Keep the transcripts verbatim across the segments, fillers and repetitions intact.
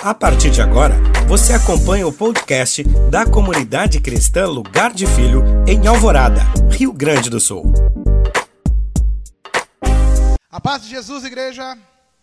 A partir de agora, você acompanha o podcast da Comunidade Cristã Lugar de Filho, em Alvorada, Rio Grande do Sul. A paz de Jesus, igreja.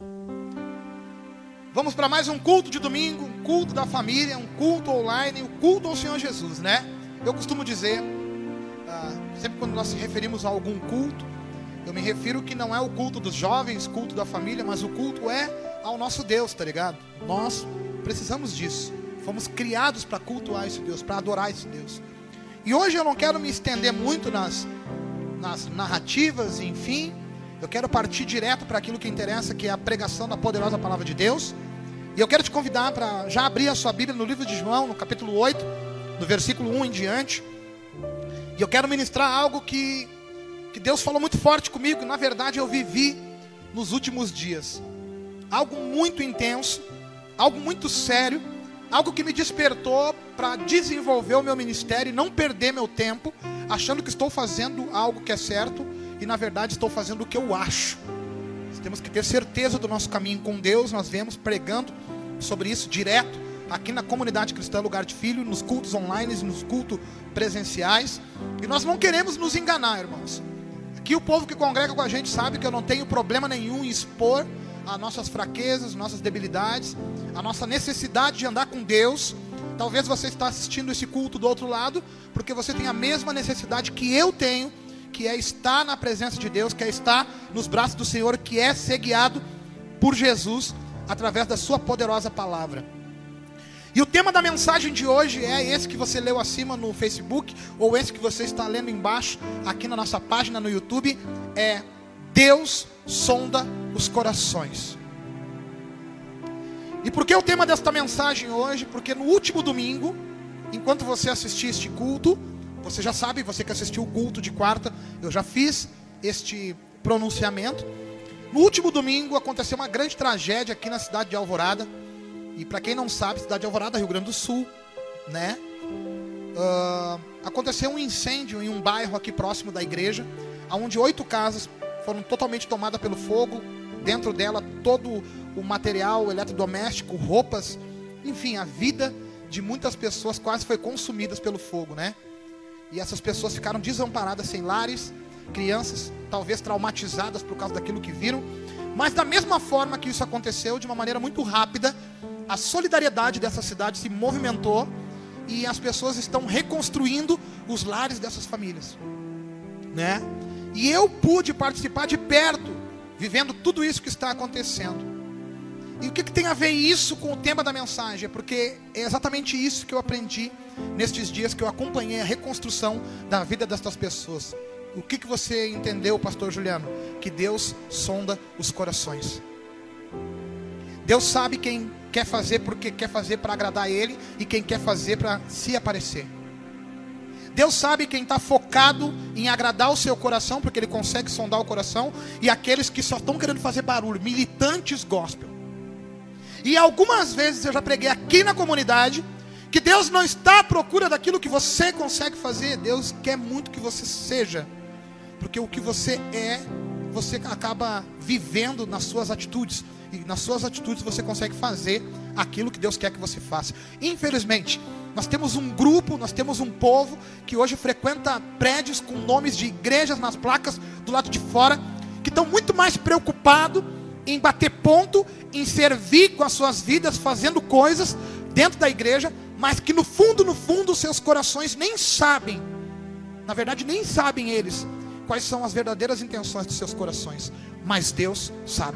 Vamos para mais um culto de domingo, um culto da família, um culto online, um culto ao Senhor Jesus, né? Eu costumo dizer, uh, sempre quando nós nos referimos a algum culto, eu me refiro que não é o culto dos jovens, culto da família, mas o culto é ao nosso Deus, tá ligado? Nós precisamos disso. Fomos criados para cultuar esse Deus, para adorar esse Deus. E hoje eu não quero me estender muito nas, nas narrativas, enfim. Eu quero partir direto para aquilo que interessa, que é a pregação da poderosa palavra de Deus. E eu quero te convidar para já abrir a sua Bíblia no livro de João, no capítulo oito, no versículo um em diante. E eu quero ministrar algo que, que Deus falou muito forte comigo, e na verdade eu vivi nos últimos dias. Algo muito intenso, algo muito sério, algo que me despertou para desenvolver o meu ministério e não perder meu tempo, achando que estou fazendo algo que é certo, e na verdade estou fazendo o que eu acho. Nós temos que ter certeza do nosso caminho com Deus. Nós viemos pregando sobre isso direto, aqui na Comunidade Cristã Lugar de Filho, nos cultos online e nos cultos presenciais. E nós não queremos nos enganar, irmãos. Aqui o povo que congrega com a gente sabe que eu não tenho problema nenhum em expor as nossas fraquezas, nossas debilidades, a nossa necessidade de andar com Deus. Talvez você está assistindo esse culto do outro lado, porque você tem a mesma necessidade que eu tenho, que é estar na presença de Deus, que é estar nos braços do Senhor, que é ser guiado por Jesus, através da sua poderosa palavra. E o tema da mensagem de hoje é esse que você leu acima no Facebook, ou esse que você está lendo embaixo, aqui na nossa página no YouTube, é Deus sonda os corações. E por que o tema desta mensagem hoje? Porque no último domingo, enquanto você assistia este culto, você já sabe, você que assistiu o culto de quarta, eu já fiz este pronunciamento. No último domingo aconteceu uma grande tragédia aqui na cidade de Alvorada. E para quem não sabe, cidade de Alvorada, Rio Grande do Sul, né? Uh, aconteceu um incêndio em um bairro aqui próximo da igreja, onde oito casas foram totalmente tomadas pelo fogo. Dentro dela todo o material eletrodoméstico, roupas, enfim, a vida de muitas pessoas quase foi consumida pelo fogo, né? E essas pessoas ficaram desamparadas, sem lares, crianças talvez traumatizadas por causa daquilo que viram. Mas da mesma forma que isso aconteceu, de uma maneira muito rápida, a solidariedade dessa cidade se movimentou e as pessoas estão reconstruindo os lares dessas famílias, né? E eu pude participar de perto, vivendo tudo isso que está acontecendo. E o que, que tem a ver isso com o tema da mensagem? É porque é exatamente isso que eu aprendi nestes dias que eu acompanhei a reconstrução da vida destas pessoas. O que, que você entendeu, pastor Juliano? Que Deus sonda os corações. Deus sabe quem quer fazer porque quer fazer para agradar Ele, e quem quer fazer para se aparecer. Deus sabe quem está focado em agradar o seu coração, porque Ele consegue sondar o coração, e aqueles que só estão querendo fazer barulho, militantes gospel. E algumas vezes eu já preguei aqui na comunidade que Deus não está à procura daquilo que você consegue fazer. Deus quer muito que você seja, porque o que você é, você acaba vivendo nas suas atitudes, e nas suas atitudes você consegue fazer aquilo que Deus quer que você faça. Infelizmente, nós temos um grupo, nós temos um povo que hoje frequenta prédios com nomes de igrejas nas placas do lado de fora, que estão muito mais preocupados em bater ponto, em servir com as suas vidas, fazendo coisas dentro da igreja, mas que no fundo, no fundo, seus corações nem sabem, na verdade nem sabem eles, quais são as verdadeiras intenções dos seus corações, mas Deus sabe.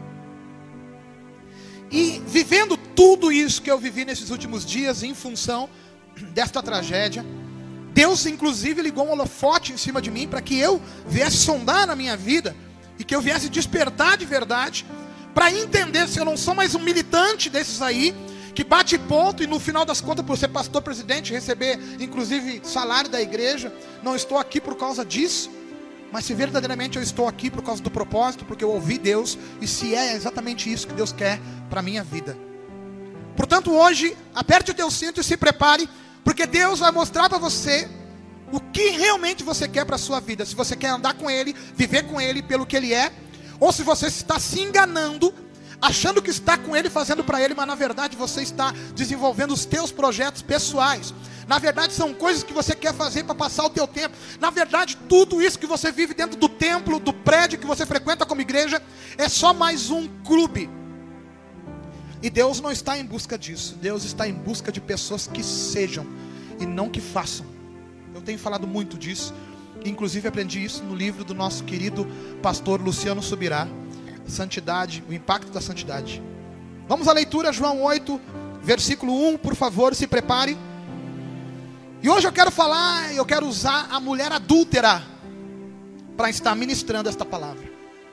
E vivendo tudo isso que eu vivi nesses últimos dias, em função desta tragédia, Deus inclusive ligou um holofote em cima de mim, para que eu viesse sondar na minha vida, e que eu viesse despertar de verdade, para entender se eu não sou mais um militante desses aí, que bate ponto e no final das contas, por ser pastor presidente, receber inclusive salário da igreja, não estou aqui por causa disso, mas se verdadeiramente eu estou aqui por causa do propósito, porque eu ouvi Deus, e se é exatamente isso que Deus quer para a minha vida. Portanto, hoje, aperte o teu cinto e se prepare, porque Deus vai mostrar para você o que realmente você quer para a sua vida. Se você quer andar com Ele, viver com Ele pelo que Ele é, ou se você está se enganando, achando que está com ele, fazendo para ele, mas na verdade você está desenvolvendo os teus projetos pessoais. Na verdade são coisas que você quer fazer para passar o teu tempo. Na verdade tudo isso que você vive dentro do templo, do prédio que você frequenta como igreja, é só mais um clube. E Deus não está em busca disso. Deus está em busca de pessoas que sejam e não que façam. Eu tenho falado muito disso. Inclusive aprendi isso no livro do nosso querido pastor Luciano Subirá, Santidade, o impacto da santidade. Vamos à leitura, João oito, versículo um, por favor, se prepare. E hoje eu quero falar, eu quero usar a mulher adúltera para estar ministrando esta palavra.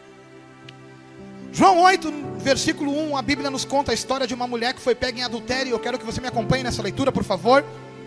João oito, versículo um, a Bíblia nos conta a história de uma mulher que foi pega em adultério. Eu quero que você me acompanhe nessa leitura, por favor.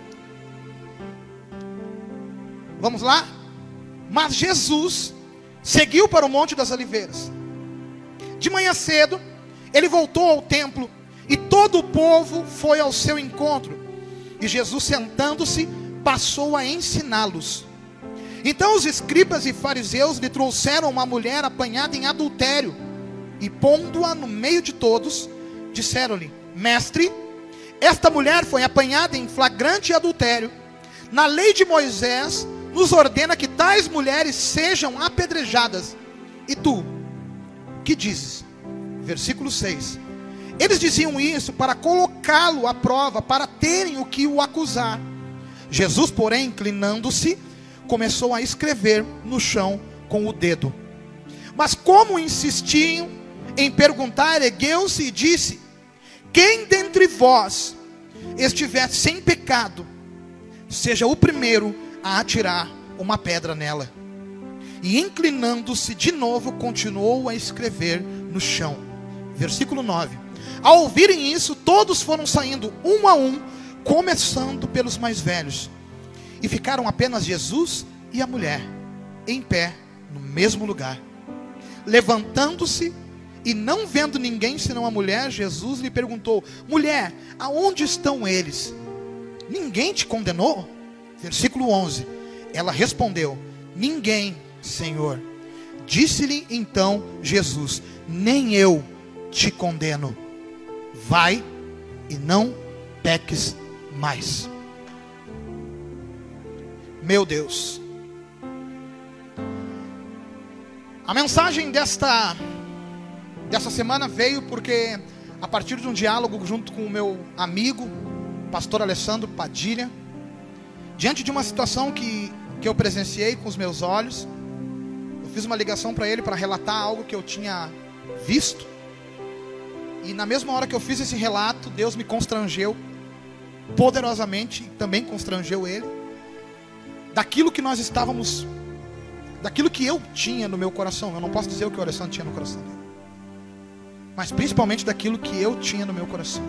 Vamos lá? Mas Jesus seguiu para o Monte das Oliveiras. De manhã cedo, ele voltou ao templo e todo o povo foi ao seu encontro. E Jesus, sentando-se, passou a ensiná-los. Então os escribas e fariseus lhe trouxeram uma mulher apanhada em adultério. E pondo-a no meio de todos, disseram-lhe: Mestre, esta mulher foi apanhada em flagrante adultério. Na lei de Moisés nos ordena que tais mulheres sejam apedrejadas. E tu, que dizes? Versículo seis. Eles diziam isso para colocá-lo à prova, para terem o que o acusar. Jesus, porém, inclinando-se, começou a escrever no chão com o dedo. Mas como insistiam em perguntar, ergueu-se e disse: Quem dentre vós estiver sem pecado, seja o primeiro a atirar uma pedra nela. E inclinando-se de novo, continuou a escrever no chão. Versículo nove. Ao ouvirem isso, todos foram saindo um a um, começando pelos mais velhos. E ficaram apenas Jesus e a mulher, em pé, no mesmo lugar. Levantando-se e não vendo ninguém senão a mulher, Jesus lhe perguntou: Mulher, aonde estão eles? Ninguém te condenou? Versículo onze. Ela respondeu: Ninguém, Senhor. Disse-lhe então Jesus: Nem eu te condeno. Vai e não peques mais. Meu Deus. A mensagem desta dessa semana veio porque, a partir de um diálogo junto com o meu amigo, pastor Alessandro Padilha, diante de uma situação que, que eu presenciei com os meus olhos, eu fiz uma ligação para ele para relatar algo que eu tinha visto. E na mesma hora que eu fiz esse relato, Deus me constrangeu poderosamente, e também constrangeu ele, daquilo que nós estávamos, daquilo que eu tinha no meu coração. Eu não posso dizer o que o Alessandro tinha no coração dele, mas principalmente daquilo que eu tinha no meu coração.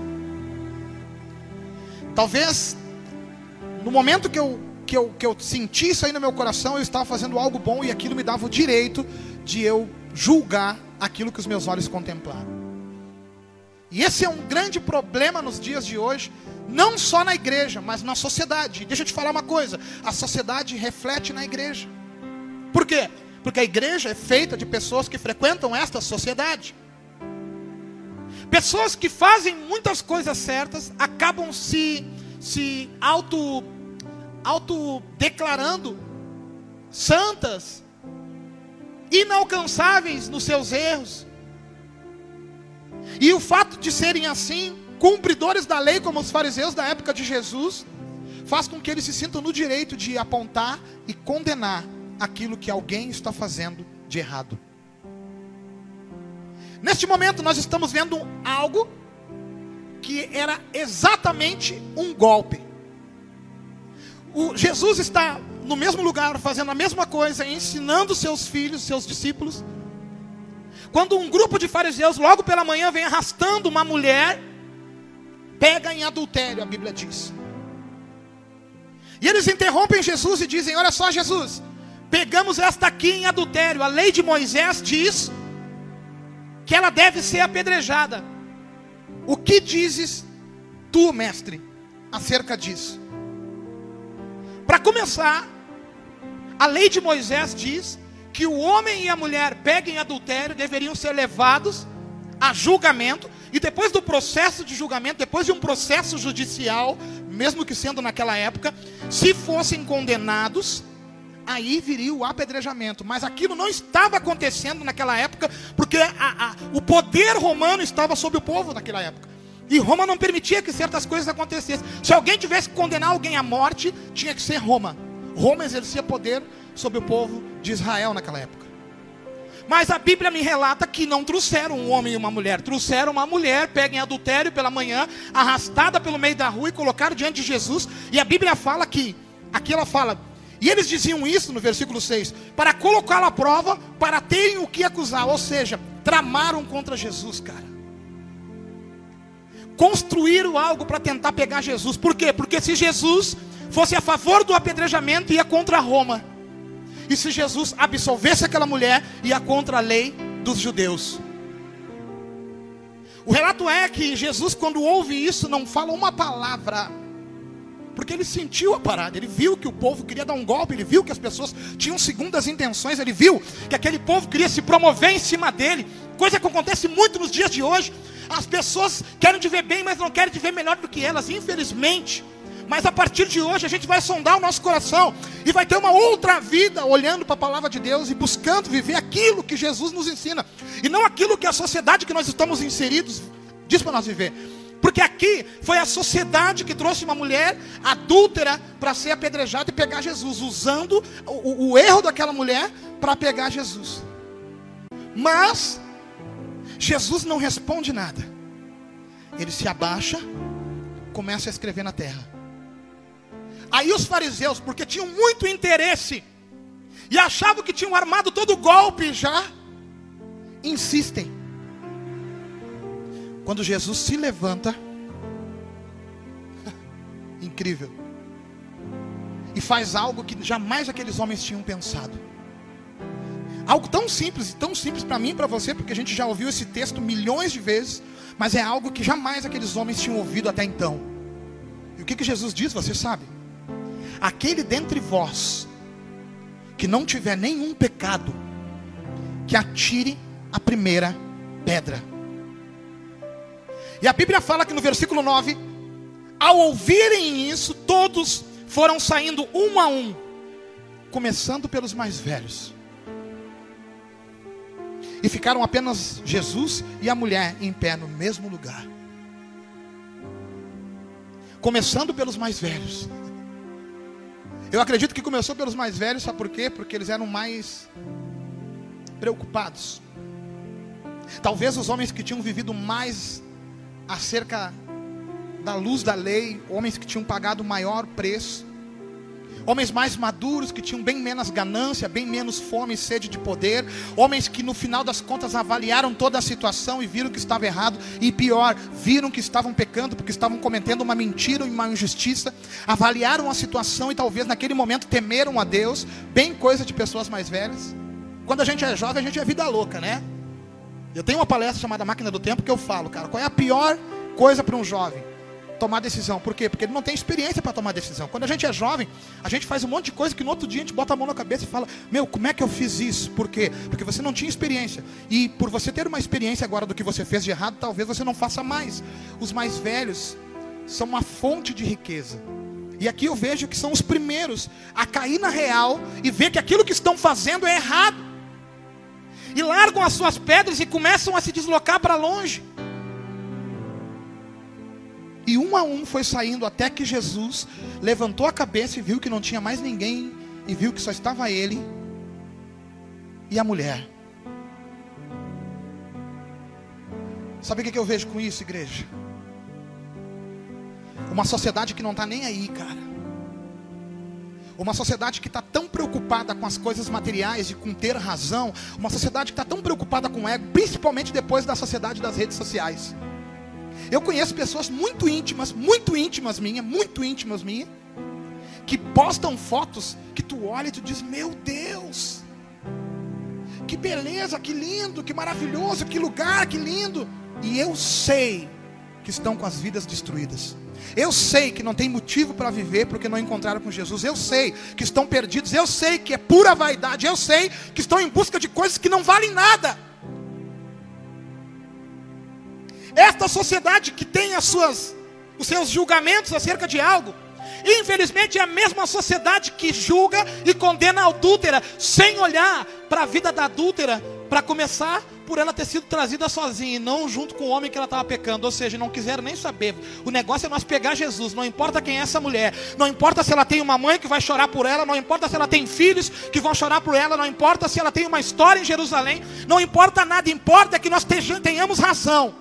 Talvez no momento que eu, que, eu, que eu senti isso aí no meu coração, eu estava fazendo algo bom, e aquilo me dava o direito de eu julgar aquilo que os meus olhos contemplaram. E esse é um grande problema nos dias de hoje, não só na igreja, mas na sociedade. Deixa eu te falar uma coisa: a sociedade reflete na igreja. Por quê? Porque a igreja é feita de pessoas que frequentam esta sociedade. Pessoas que fazem muitas coisas certas, acabam se, se auto, auto declarando santas, inalcançáveis nos seus erros. E o fato de serem assim, cumpridores da lei, como os fariseus da época de Jesus, faz com que eles se sintam no direito de apontar e condenar aquilo que alguém está fazendo de errado. Neste momento nós estamos vendo algo que era exatamente um golpe. O Jesus está no mesmo lugar, fazendo a mesma coisa, ensinando seus filhos, seus discípulos, quando um grupo de fariseus, logo pela manhã, vem arrastando uma mulher, pega em adultério, a Bíblia diz. E eles interrompem Jesus e dizem: Olha só, Jesus, pegamos esta aqui em adultério. A lei de Moisés diz que ela deve ser apedrejada. O que dizes tu, mestre, acerca disso? Para começar, a lei de Moisés diz que o homem e a mulher pegam em adultério deveriam ser levados a julgamento, e depois do processo de julgamento, depois de um processo judicial, mesmo que sendo naquela época, se fossem condenados, aí viria o apedrejamento. Mas aquilo não estava acontecendo naquela época, porque a, a, o poder romano estava sobre o povo naquela época. E Roma não permitia que certas coisas acontecessem. Se alguém tivesse que condenar alguém à morte, tinha que ser Roma. Roma exercia poder sobre o povo de Israel naquela época. Mas a Bíblia me relata que não trouxeram um homem e uma mulher. Trouxeram uma mulher, pega em adultério pela manhã, arrastada pelo meio da rua e colocaram diante de Jesus. E a Bíblia fala que, aqui ela fala, e eles diziam isso no versículo seis, para colocá-lo à prova, para terem o que acusar. Ou seja, tramaram contra Jesus, cara. Construíram algo para tentar pegar Jesus. Por quê? Porque se Jesus fosse a favor do apedrejamento, ia contra Roma. E se Jesus absolvesse aquela mulher, ia contra a lei dos judeus. O relato é que Jesus, quando ouve isso, não fala uma palavra, porque ele sentiu a parada. Ele viu que o povo queria dar um golpe. Ele viu que as pessoas tinham segundas intenções. Ele viu que aquele povo queria se promover em cima dele. Coisa que acontece muito nos dias de hoje. As pessoas querem te ver bem, mas não querem te ver melhor do que elas, infelizmente. Mas a partir de hoje a gente vai sondar o nosso coração e vai ter uma outra vida olhando para a palavra de Deus e buscando viver aquilo que Jesus nos ensina, e não aquilo que a sociedade que nós estamos inseridos diz para nós viver. Porque aqui foi a sociedade que trouxe uma mulher adúltera para ser apedrejada e pegar Jesus, usando o, o erro daquela mulher para pegar Jesus. Mas Jesus não responde nada. Ele se abaixa, começa a escrever na terra. Aí os fariseus, porque tinham muito interesse e achavam que tinham armado todo o golpe já, insistem. Quando Jesus se levanta, incrível, e faz algo que jamais aqueles homens tinham pensado. Algo tão simples, tão simples para mim e para você, porque a gente já ouviu esse texto milhões de vezes, mas é algo que jamais aqueles homens tinham ouvido até então. E o que, que Jesus diz, você sabe? Aquele dentre vós que não tiver nenhum pecado, que atire a primeira pedra. E a Bíblia fala que no versículo nove, ao ouvirem isso, todos foram saindo um a um, começando pelos mais velhos. E ficaram apenas Jesus e a mulher em pé no mesmo lugar. Começando pelos mais velhos. Eu acredito que começou pelos mais velhos, sabe por quê? Porque eles eram mais preocupados. Talvez os homens que tinham vivido mais acerca da luz da lei, homens que tinham pagado maior preço, homens mais maduros que tinham bem menos ganância, bem menos fome e sede de poder, homens que no final das contas avaliaram toda a situação e viram que estava errado, e pior, viram que estavam pecando porque estavam cometendo uma mentira e uma injustiça, avaliaram a situação e talvez naquele momento temeram a Deus, bem coisa de pessoas mais velhas. Quando a gente é jovem, a gente é vida louca, né? Eu tenho uma palestra chamada Máquina do Tempo que eu falo, cara, qual é a pior coisa para um jovem? Tomar decisão. Por quê? Porque ele não tem experiência para tomar decisão. Quando a gente é jovem, a gente faz um monte de coisa que no outro dia a gente bota a mão na cabeça e fala: meu, como é que eu fiz isso? Por quê? Porque você não tinha experiência. E por você ter uma experiência agora do que você fez de errado, talvez você não faça mais. Os mais velhos são uma fonte de riqueza. E aqui eu vejo que são os primeiros a cair na real e ver que aquilo que estão fazendo é errado. E largam as suas pedras e começam a se deslocar para longe. E um a um foi saindo até que Jesus levantou a cabeça e viu que não tinha mais ninguém. E viu que só estava ele e a mulher. Sabe o que eu vejo com isso, igreja? Uma sociedade que não está nem aí, cara. Uma sociedade que está tão preocupada com as coisas materiais e com ter razão. Uma sociedade que está tão preocupada com o ego, principalmente depois da sociedade das redes sociais. Eu conheço pessoas muito íntimas, muito íntimas minhas, muito íntimas minhas, que postam fotos que tu olha e tu diz: meu Deus, que beleza, que lindo, que maravilhoso, que lugar, que lindo. E eu sei que estão com as vidas destruídas. Eu sei que não tem motivo para viver porque não encontraram com Jesus. Eu sei que estão perdidos. Eu sei que é pura vaidade. Eu sei que estão em busca de coisas que não valem nada. Esta sociedade que tem as suas, os seus julgamentos acerca de algo, infelizmente é a mesma sociedade que julga e condena a adúltera, sem olhar para a vida da adúltera, para começar por ela ter sido trazida sozinha, e não junto com o homem que ela estava pecando. Ou seja, não quiseram nem saber. O negócio é nós pegar Jesus, não importa quem é essa mulher, não importa se ela tem uma mãe que vai chorar por ela, não importa se ela tem filhos que vão chorar por ela, não importa se ela tem uma história em Jerusalém, não importa nada, importa que nós tenhamos razão.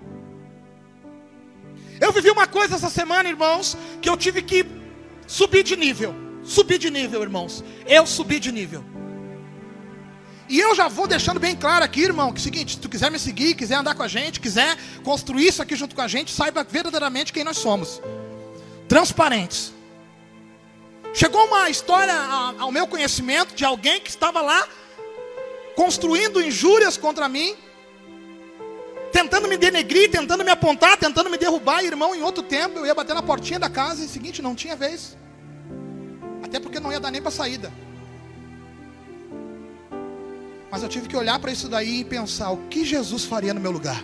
Eu vivi uma coisa essa semana, irmãos, que eu tive que subir de nível. Subir de nível, irmãos. Eu subi de nível. E eu já vou deixando bem claro aqui, irmão, que é o seguinte: se tu quiser me seguir, quiser andar com a gente, quiser construir isso aqui junto com a gente, saiba verdadeiramente quem nós somos. Transparentes. Chegou uma história ao meu conhecimento de alguém que estava lá construindo injúrias contra mim, tentando me denegrir, tentando me apontar, tentando me derrubar. Irmão, em outro tempo eu ia bater na portinha da casa e o seguinte, não tinha vez. Até porque não ia dar nem para saída. Mas eu tive que olhar para isso daí e pensar: o que Jesus faria no meu lugar?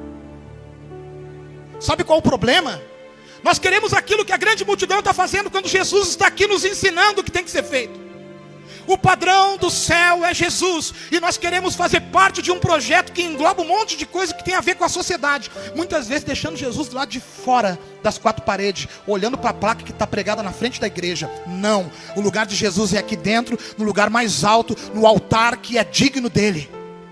Sabe qual o problema? Nós queremos aquilo que a grande multidão está fazendo, quando Jesus está aqui nos ensinando o que tem que ser feito. O padrão do céu é Jesus, e nós queremos fazer parte de um projeto que engloba um monte de coisa que tem a ver com a sociedade, muitas vezes deixando Jesus do lado de fora das quatro paredes, olhando para a placa que está pregada na frente da igreja. Não, o lugar de Jesus é aqui dentro, no lugar mais alto, no altar que é digno dele.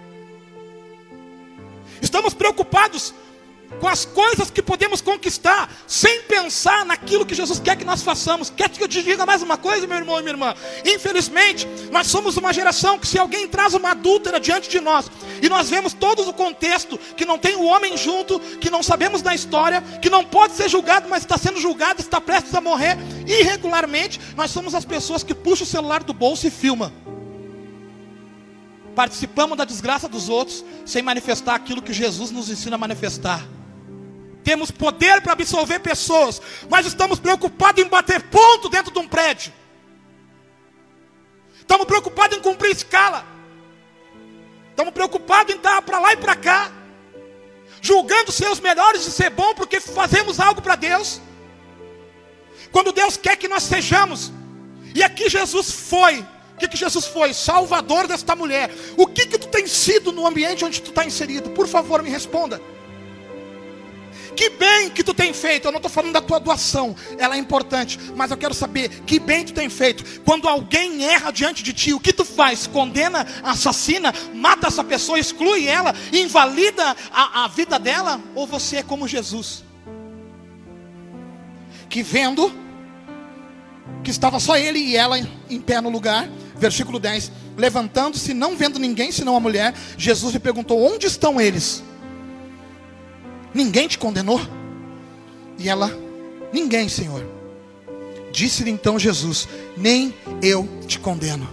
Estamos preocupados com as coisas que podemos conquistar, sem pensar naquilo que Jesus quer que nós façamos. Quer que eu te diga mais uma coisa, meu irmão e minha irmã? Infelizmente, nós somos uma geração que, se alguém traz uma adúltera diante de nós, e nós vemos todo o contexto, que não tem o homem junto, que não sabemos da história, que não pode ser julgado, mas está sendo julgado, está prestes a morrer irregularmente, nós somos as pessoas que puxam o celular do bolso e filmam. Participamos da desgraça dos outros, sem manifestar aquilo que Jesus nos ensina a manifestar. Temos poder para absolver pessoas, mas estamos preocupados em bater ponto dentro de um prédio. Estamos preocupados em cumprir escala. Estamos preocupados em estar para lá e para cá, julgando ser os melhores e ser bom porque fazemos algo para Deus, quando Deus quer que nós sejamos. E aqui Jesus foi. O que, que Jesus foi? Salvador desta mulher. O que que tu tem sido no ambiente onde tu está inserido? Por favor, me responda. Que bem que tu tem feito. Eu não estou falando da tua doação, ela é importante, mas eu quero saber, que bem tu tem feito. Quando alguém erra diante de ti, o que tu faz? Condena, assassina, mata essa pessoa, exclui ela, invalida a, a vida dela? Ou você é como Jesus, que vendo que estava só ele e ela em pé no lugar, versículo dez, levantando-se, não vendo ninguém senão a mulher, Jesus lhe perguntou: onde estão eles? Ninguém te condenou? E ela: ninguém, Senhor. Disse-lhe então Jesus: nem eu te condeno.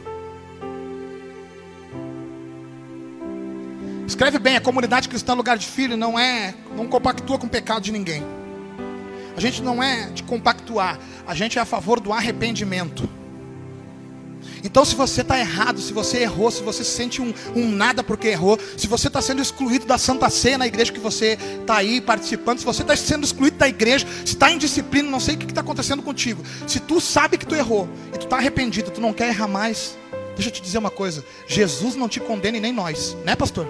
Escreve bem: a comunidade cristã Lugar de Filho não é, não compactua com o pecado de ninguém. A gente não é de compactuar, a gente é a favor do arrependimento. Então, se você está errado, se você errou, se você se sente um, um nada porque errou, se você está sendo excluído da Santa Ceia na igreja que você está aí participando, se você está sendo excluído da igreja, se está em disciplina, não sei o que está acontecendo contigo. Se tu sabe que tu errou e tu está arrependido, tu não quer errar mais, deixa eu te dizer uma coisa: Jesus não te condena e nem nós, né, pastor?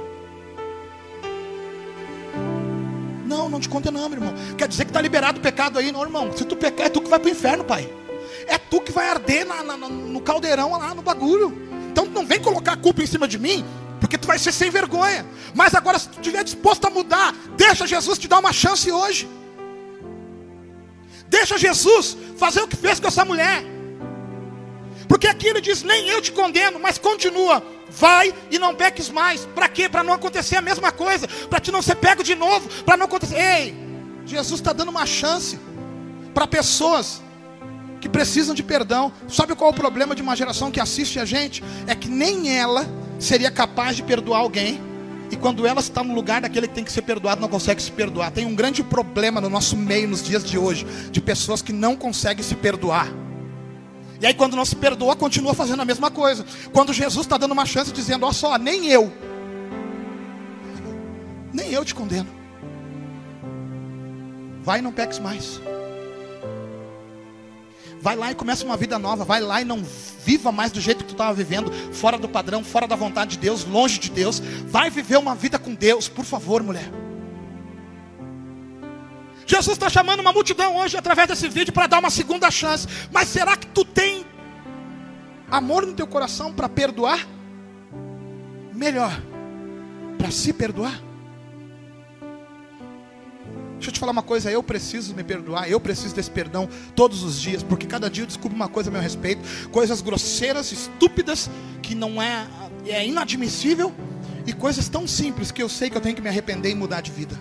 Não, não te condenamos, irmão. Quer dizer que está liberado o pecado aí? Não, irmão. Se tu pecar, é tu que vai para o inferno, pai. É tu que vai arder na, na, no caldeirão lá, no bagulho. Então não vem colocar a culpa em cima de mim, porque tu vai ser sem vergonha. Mas agora, se tu estiver disposto a mudar, deixa Jesus te dar uma chance hoje. Deixa Jesus fazer o que fez com essa mulher. Porque aqui ele diz: nem eu te condeno, mas continua. Vai e não peques mais. Para quê? Para não acontecer a mesma coisa, para te não ser pego de novo, para não acontecer. Ei, Jesus está dando uma chance para pessoas que precisam de perdão. Sabe qual é o problema de uma geração que assiste a gente? É que nem ela seria capaz de perdoar alguém, e quando ela está no lugar daquele que tem que ser perdoado, não consegue se perdoar. Tem um grande problema no nosso meio nos dias de hoje, de pessoas que não conseguem se perdoar. E aí, quando não se perdoa, continua fazendo a mesma coisa. Quando Jesus está dando uma chance, dizendo: ó só, nem eu Nem eu te condeno. vai e não peques mais. Vai lá e começa uma vida nova. Vai lá e não viva mais do jeito que tu estava vivendo, fora do padrão, fora da vontade de Deus, longe de Deus. Vai viver uma vida com Deus, por favor, mulher. Jesus está chamando uma multidão hoje através desse vídeo para dar uma segunda chance. Mas será que tu tem amor no teu coração para perdoar? Melhor, para se perdoar? Deixa eu te falar uma coisa, eu preciso me perdoar, eu preciso desse perdão todos os dias, porque cada dia eu descubro uma coisa a meu respeito, coisas grosseiras, estúpidas, que não é, é inadmissível, e coisas tão simples que eu sei que eu tenho que me arrepender e mudar de vida.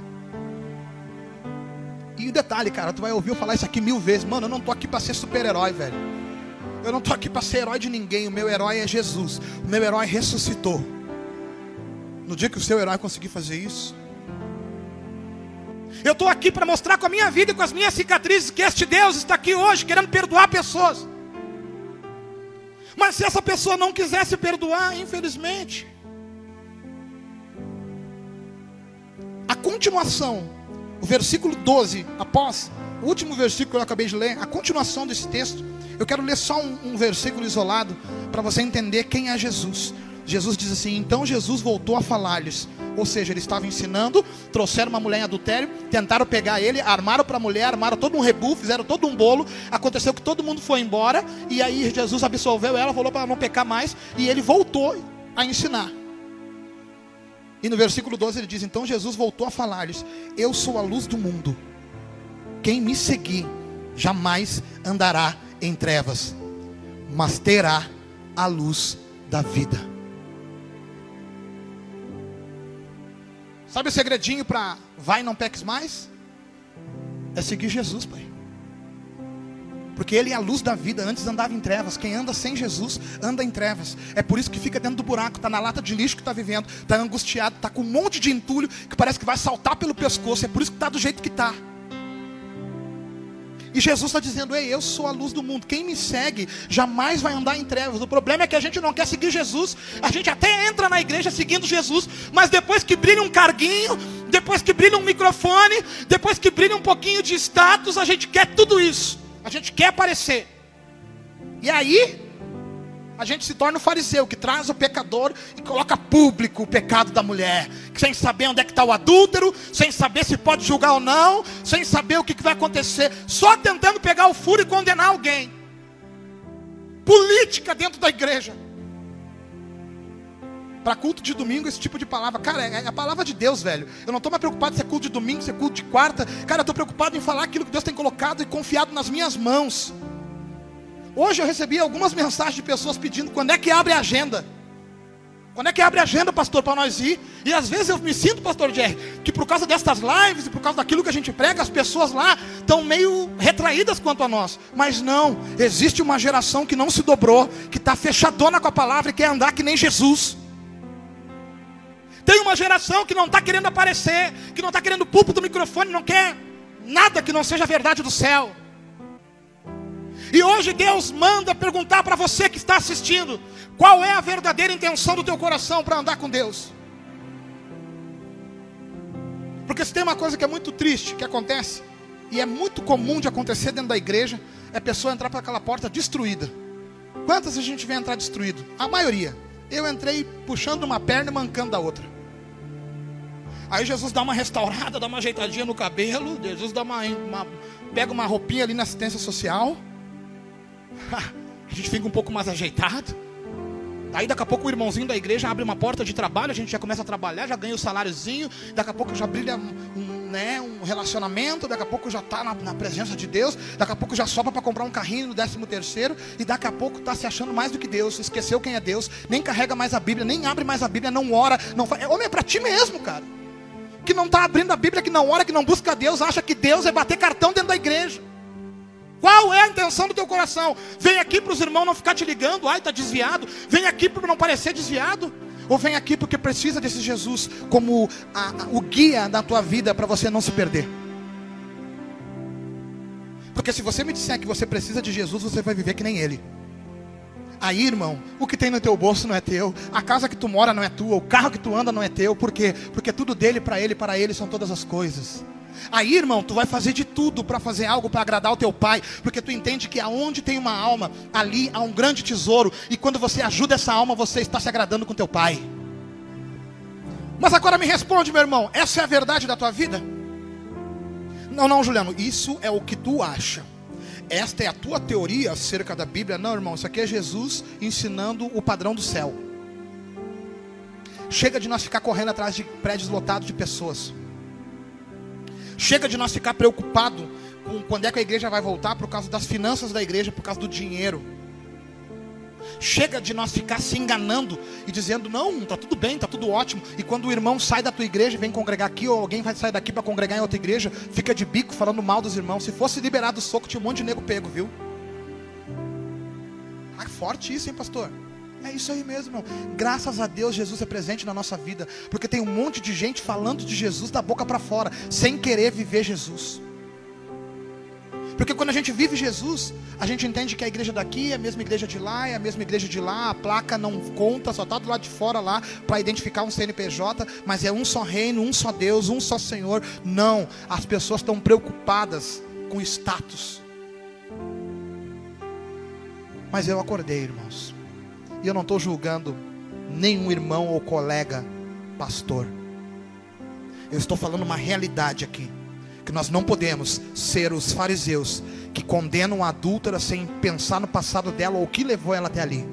E detalhe, cara, tu vai ouvir eu falar isso aqui mil vezes, mano, eu não tô aqui para ser super-herói, velho. Eu não tô aqui para ser herói de ninguém, o meu herói é Jesus, o meu herói ressuscitou. No dia que o seu herói conseguir fazer isso, eu estou aqui para mostrar com a minha vida e com as minhas cicatrizes que este Deus está aqui hoje querendo perdoar pessoas. Mas se essa pessoa não quiser se perdoar, infelizmente, a continuação, o versículo doze, após o último versículo que eu acabei de ler, a continuação desse texto, eu quero ler só um, um versículo isolado para você entender quem é Jesus. Jesus diz assim: então Jesus voltou a falar-lhes. Ou seja, ele estava ensinando, trouxeram uma mulher em adultério, tentaram pegar ele, armaram para a mulher, armaram todo um rebu, fizeram todo um bolo. Aconteceu que todo mundo foi embora, e aí Jesus absolveu ela, falou para ela não pecar mais, e ele voltou a ensinar. E no versículo doze ele diz: então Jesus voltou a falar-lhes: eu sou a luz do mundo, quem me seguir jamais andará em trevas, mas terá a luz da vida. Sabe o segredinho para vai e não peques mais? É seguir Jesus, pai. Porque Ele é a luz da vida. Antes andava em trevas. Quem anda sem Jesus, anda em trevas. É por isso que fica dentro do buraco, está na lata de lixo que está vivendo, está angustiado, está com um monte de entulho que parece que vai saltar pelo pescoço. É por isso que está do jeito que está. E Jesus está dizendo: ei, eu sou a luz do mundo, quem me segue jamais vai andar em trevas. O problema é que a gente não quer seguir Jesus. A gente até entra na igreja seguindo Jesus, mas depois que brilha um carguinho, depois que brilha um microfone, depois que brilha um pouquinho de status, a gente quer tudo isso. A gente quer aparecer. E aí a gente se torna o fariseu, que traz o pecador e coloca público o pecado da mulher, sem saber onde é que está o adúltero, sem saber se pode julgar ou não, sem saber o que, que vai acontecer, só tentando pegar o furo e condenar alguém. Política dentro da igreja. Para culto de domingo, esse tipo de palavra, cara, é a palavra de Deus, velho. Eu não estou mais preocupado se é culto de domingo, se é culto de quarta. Cara, eu estou preocupado em falar aquilo que Deus tem colocado e confiado nas minhas mãos. Hoje eu recebi algumas mensagens de pessoas pedindo: quando é que abre a agenda? Quando é que abre a agenda, pastor, para nós ir? E às vezes eu me sinto, pastor Jerry, que por causa dessas lives e por causa daquilo que a gente prega, as pessoas lá estão meio retraídas quanto a nós. Mas não, existe uma geração que não se dobrou, que está fechadona com a palavra e quer andar que nem Jesus. Tem uma geração que não está querendo aparecer, que não está querendo púlpito do microfone, não quer nada que não seja a verdade do céu. E hoje Deus manda perguntar para você que está assistindo: qual é a verdadeira intenção do teu coração para andar com Deus? Porque se tem uma coisa que é muito triste, que acontece, e é muito comum de acontecer dentro da igreja, é a pessoa entrar para aquela porta destruída. Quantas a gente vem entrar destruído? A maioria. Eu entrei puxando uma perna e mancando da outra. Aí Jesus dá uma restaurada, dá uma ajeitadinha no cabelo, Jesus dá uma, uma pega uma roupinha ali na assistência social. A gente fica um pouco mais ajeitado. Aí daqui a pouco o irmãozinho da igreja abre uma porta de trabalho, a gente já começa a trabalhar, já ganha o saláriozinho, daqui a pouco já brilha um, né, um relacionamento, daqui a pouco já está na, na presença de Deus, daqui a pouco já sobra para comprar um carrinho no décimo terceiro, e daqui a pouco está se achando mais do que Deus, esqueceu quem é Deus, nem carrega mais a Bíblia, nem abre mais a Bíblia, não ora, não faz. Homem, é para ti mesmo, cara, que não está abrindo a Bíblia, que não ora, que não busca Deus, acha que Deus é bater cartão dentro da igreja. Qual é a intenção do teu coração? Vem aqui para os irmãos não ficar te ligando: ai, está desviado. Vem aqui para não parecer desviado? Ou vem aqui porque precisa desse Jesus como a, a, o guia da tua vida para você não se perder? Porque se você me disser que você precisa de Jesus, você vai viver que nem Ele. Aí, irmão, o que tem no teu bolso não é teu, a casa que tu mora não é tua, o carro que tu anda não é teu. Por quê? Porque tudo dele, para ele, para ele são todas as coisas. Aí, irmão, tu vai fazer de tudo para fazer algo para agradar o teu pai, porque tu entende que aonde tem uma alma, ali há um grande tesouro, e quando você ajuda essa alma, você está se agradando com teu pai. Mas agora me responde, meu irmão, essa é a verdade da tua vida? Não, não, Juliano, isso é o que tu acha. Esta é a tua teoria acerca da Bíblia. Não, irmão, isso aqui é Jesus ensinando o padrão do céu. Chega de nós ficar correndo atrás de prédios lotados de pessoas. Chega de nós ficar preocupado com quando é que a igreja vai voltar por causa das finanças da igreja, por causa do dinheiro. Chega de nós ficar se enganando e dizendo, não, está tudo bem, está tudo ótimo. E quando o irmão sai da tua igreja e vem congregar aqui, ou alguém vai sair daqui para congregar em outra igreja, fica de bico falando mal dos irmãos. Se fosse liberado o soco, tinha um monte de nego pego, viu? Ah, forte isso, hein, pastor? É isso aí mesmo, irmão. Graças a Deus Jesus é presente na nossa vida, porque tem um monte de gente falando de Jesus da boca para fora, sem querer viver Jesus. Porque quando a gente vive Jesus, a gente entende que a igreja daqui é a mesma igreja de lá, é a mesma igreja de lá, a placa não conta, só está do lado de fora lá para identificar um C N P J, mas é um só reino, um só Deus, um só Senhor. Não, as pessoas estão preocupadas com status. Mas eu acordei, irmãos. E eu não estou julgando nenhum irmão ou colega pastor. Eu estou falando uma realidade aqui. Que nós não podemos ser os fariseus que condenam a adúltera sem pensar no passado dela ou o que levou ela até ali.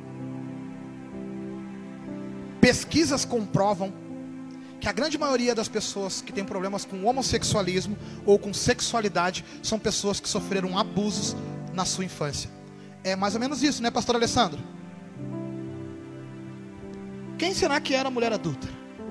Pesquisas comprovam que a grande maioria das pessoas que tem problemas com homossexualismo ou com sexualidade são pessoas que sofreram abusos na sua infância. É mais ou menos isso, né, pastor Alessandro? Quem será que era a mulher adúltera?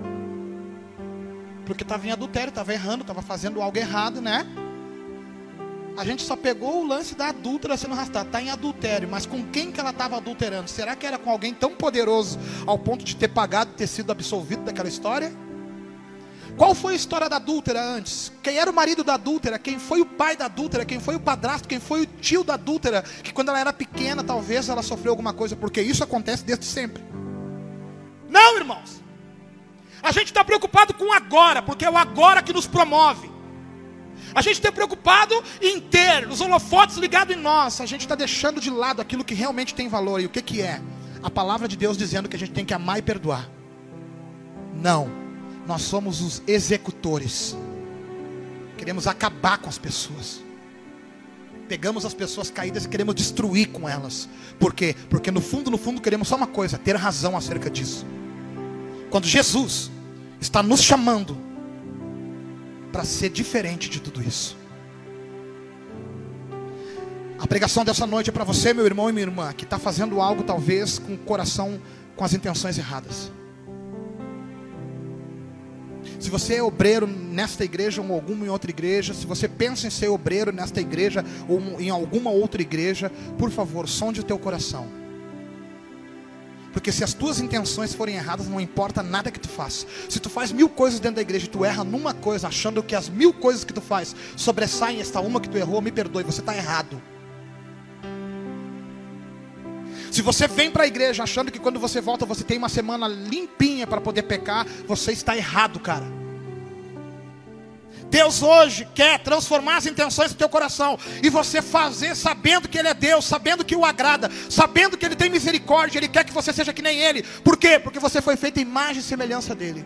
Porque estava em adultério, estava errando, estava fazendo algo errado, né? A gente só pegou o lance da adúltera sendo arrastada. Está em adultério, mas com quem que ela estava adulterando? Será que era com alguém tão poderoso ao ponto de ter pagado, ter sido absolvido daquela história? Qual foi a história da adúltera antes? Quem era o marido da adúltera? Quem foi o pai da adúltera? Quem foi o padrasto? Quem foi o tio da adúltera? Que quando ela era pequena, talvez ela sofreu alguma coisa, porque isso acontece desde sempre. Não, irmãos. A gente está preocupado com o agora, porque é o agora que nos promove. A gente está preocupado em ter os holofotes ligados em nós. A gente está deixando de lado aquilo que realmente tem valor. E o que que é? A palavra de Deus dizendo que a gente tem que amar e perdoar. Não, nós somos os executores. Queremos acabar com as pessoas. Pegamos as pessoas caídas e queremos destruir com elas. Por quê? Porque no fundo, no fundo queremos só uma coisa, ter razão acerca disso. Quando Jesus está nos chamando para ser diferente de tudo isso. A pregação dessa noite é para você, meu irmão e minha irmã, que está fazendo algo talvez com o coração, com as intenções erradas. Se você é obreiro nesta igreja ou alguma em outra igreja, se você pensa em ser obreiro nesta igreja ou em alguma outra igreja, por favor, sonde o teu coração. Porque se as tuas intenções forem erradas, não importa nada que tu faça. Se tu faz mil coisas dentro da igreja e tu erra numa coisa, achando que as mil coisas que tu faz sobressaem esta uma que tu errou, me perdoe, você está errado. Se você vem para a igreja achando que quando você volta você tem uma semana limpinha para poder pecar, você está errado, cara. Deus hoje quer transformar as intenções do teu coração e você fazer sabendo que Ele é Deus, sabendo que o agrada, sabendo que Ele tem misericórdia. Ele quer que você seja que nem Ele. Por quê? Porque você foi feito em imagem e semelhança dEle.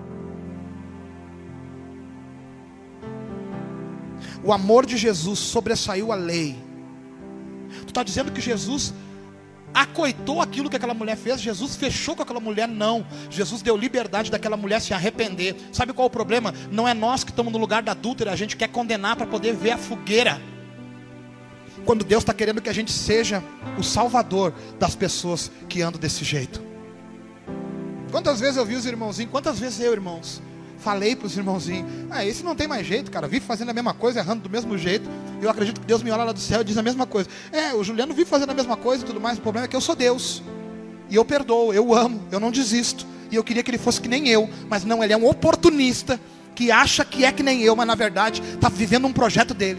O amor de Jesus sobressaiu a lei. Tu está dizendo que Jesus acoitou aquilo que aquela mulher fez? Jesus fechou com aquela mulher? Não. Jesus deu liberdade daquela mulher se arrepender. Sabe qual é o problema? Não é nós que estamos no lugar da adúltera. A gente quer condenar para poder ver a fogueira. Quando Deus está querendo que a gente seja o salvador das pessoas que andam desse jeito. Quantas vezes eu vi os irmãozinhos? Quantas vezes eu, irmãos, falei para os irmãozinhos: ah, esse não tem mais jeito, cara, vive fazendo a mesma coisa, errando do mesmo jeito. Eu acredito que Deus me olha lá do céu e diz a mesma coisa. É, o Juliano vive fazendo a mesma coisa e tudo mais. O problema é que eu sou Deus, e eu perdoo, eu amo, eu não desisto. E eu queria que ele fosse que nem eu. Mas não, ele é um oportunista que acha que é que nem eu, mas na verdade está vivendo um projeto dele.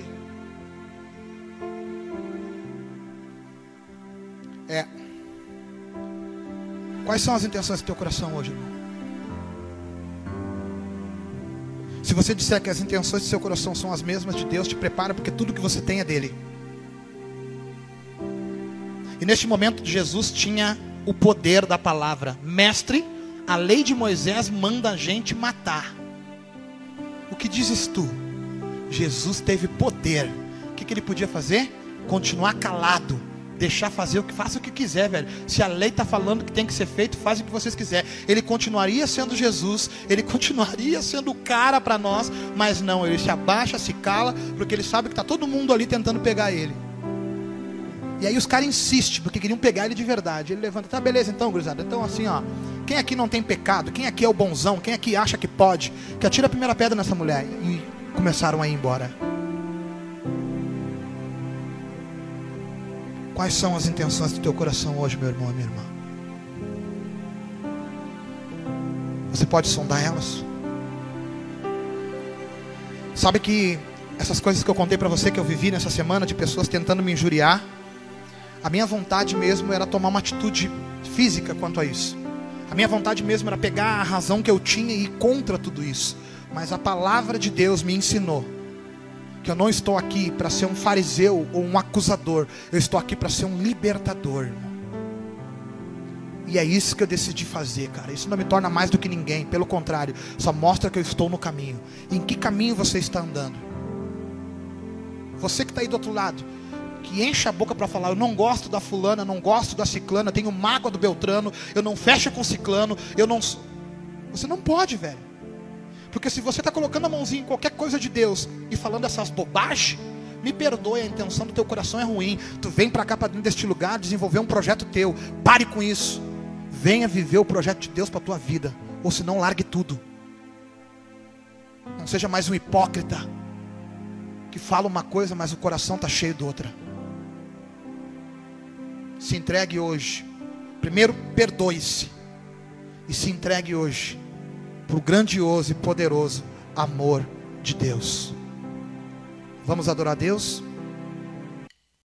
É. Quais são as intenções do teu coração hoje, irmão? Se você disser que as intenções do seu coração são as mesmas de Deus, te prepara, porque tudo que você tem é dele. E neste momento Jesus tinha o poder da palavra. Mestre, a lei de Moisés manda a gente matar. O que dizes tu? Jesus teve poder. O que, que ele podia fazer? Continuar calado. Deixar fazer o que faça o que quiser, velho. Se a lei está falando que tem que ser feito, faz o que vocês quiserem. Ele continuaria sendo Jesus, ele continuaria sendo o cara para nós, mas não, ele se abaixa, se cala, porque ele sabe que está todo mundo ali tentando pegar ele. E aí os caras insistem, porque queriam pegar ele de verdade. Ele levanta, tá, beleza então, gurizada. Então assim, ó, quem aqui não tem pecado? Quem aqui é o bonzão? Quem aqui acha que pode? Que atira a primeira pedra nessa mulher. E começaram a ir embora. Quais são as intenções do teu coração hoje, meu irmão e minha irmã? Você pode sondar elas? Sabe que essas coisas que eu contei para você, que eu vivi nessa semana, de pessoas tentando me injuriar, a minha vontade mesmo era tomar uma atitude física quanto a isso. A minha vontade mesmo era pegar a razão que eu tinha e ir contra tudo isso. Mas a palavra de Deus me ensinou que eu não estou aqui para ser um fariseu ou um acusador. Eu estou aqui para ser um libertador, irmão. E é isso que eu decidi fazer, cara. Isso não me torna mais do que ninguém. Pelo contrário, só mostra que eu estou no caminho. E em que caminho você está andando? Você que está aí do outro lado, que enche a boca para falar, eu não gosto da fulana, não gosto da ciclana, tenho mágoa do Beltrano, eu não fecho com ciclano, eu não... Você não pode, velho. Porque se você está colocando a mãozinha em qualquer coisa de Deus e falando essas bobagens, me perdoe, a intenção do teu coração é ruim. Tu vem para cá, para dentro deste lugar, desenvolver um projeto teu. Pare com isso. Venha viver o projeto de Deus para a tua vida. Ou se não, largue tudo. Não seja mais um hipócrita que fala uma coisa, mas o coração está cheio de outra. Se entregue hoje. Primeiro, perdoe-se. E se entregue hoje para o grandioso e poderoso amor de Deus. Vamos adorar a Deus?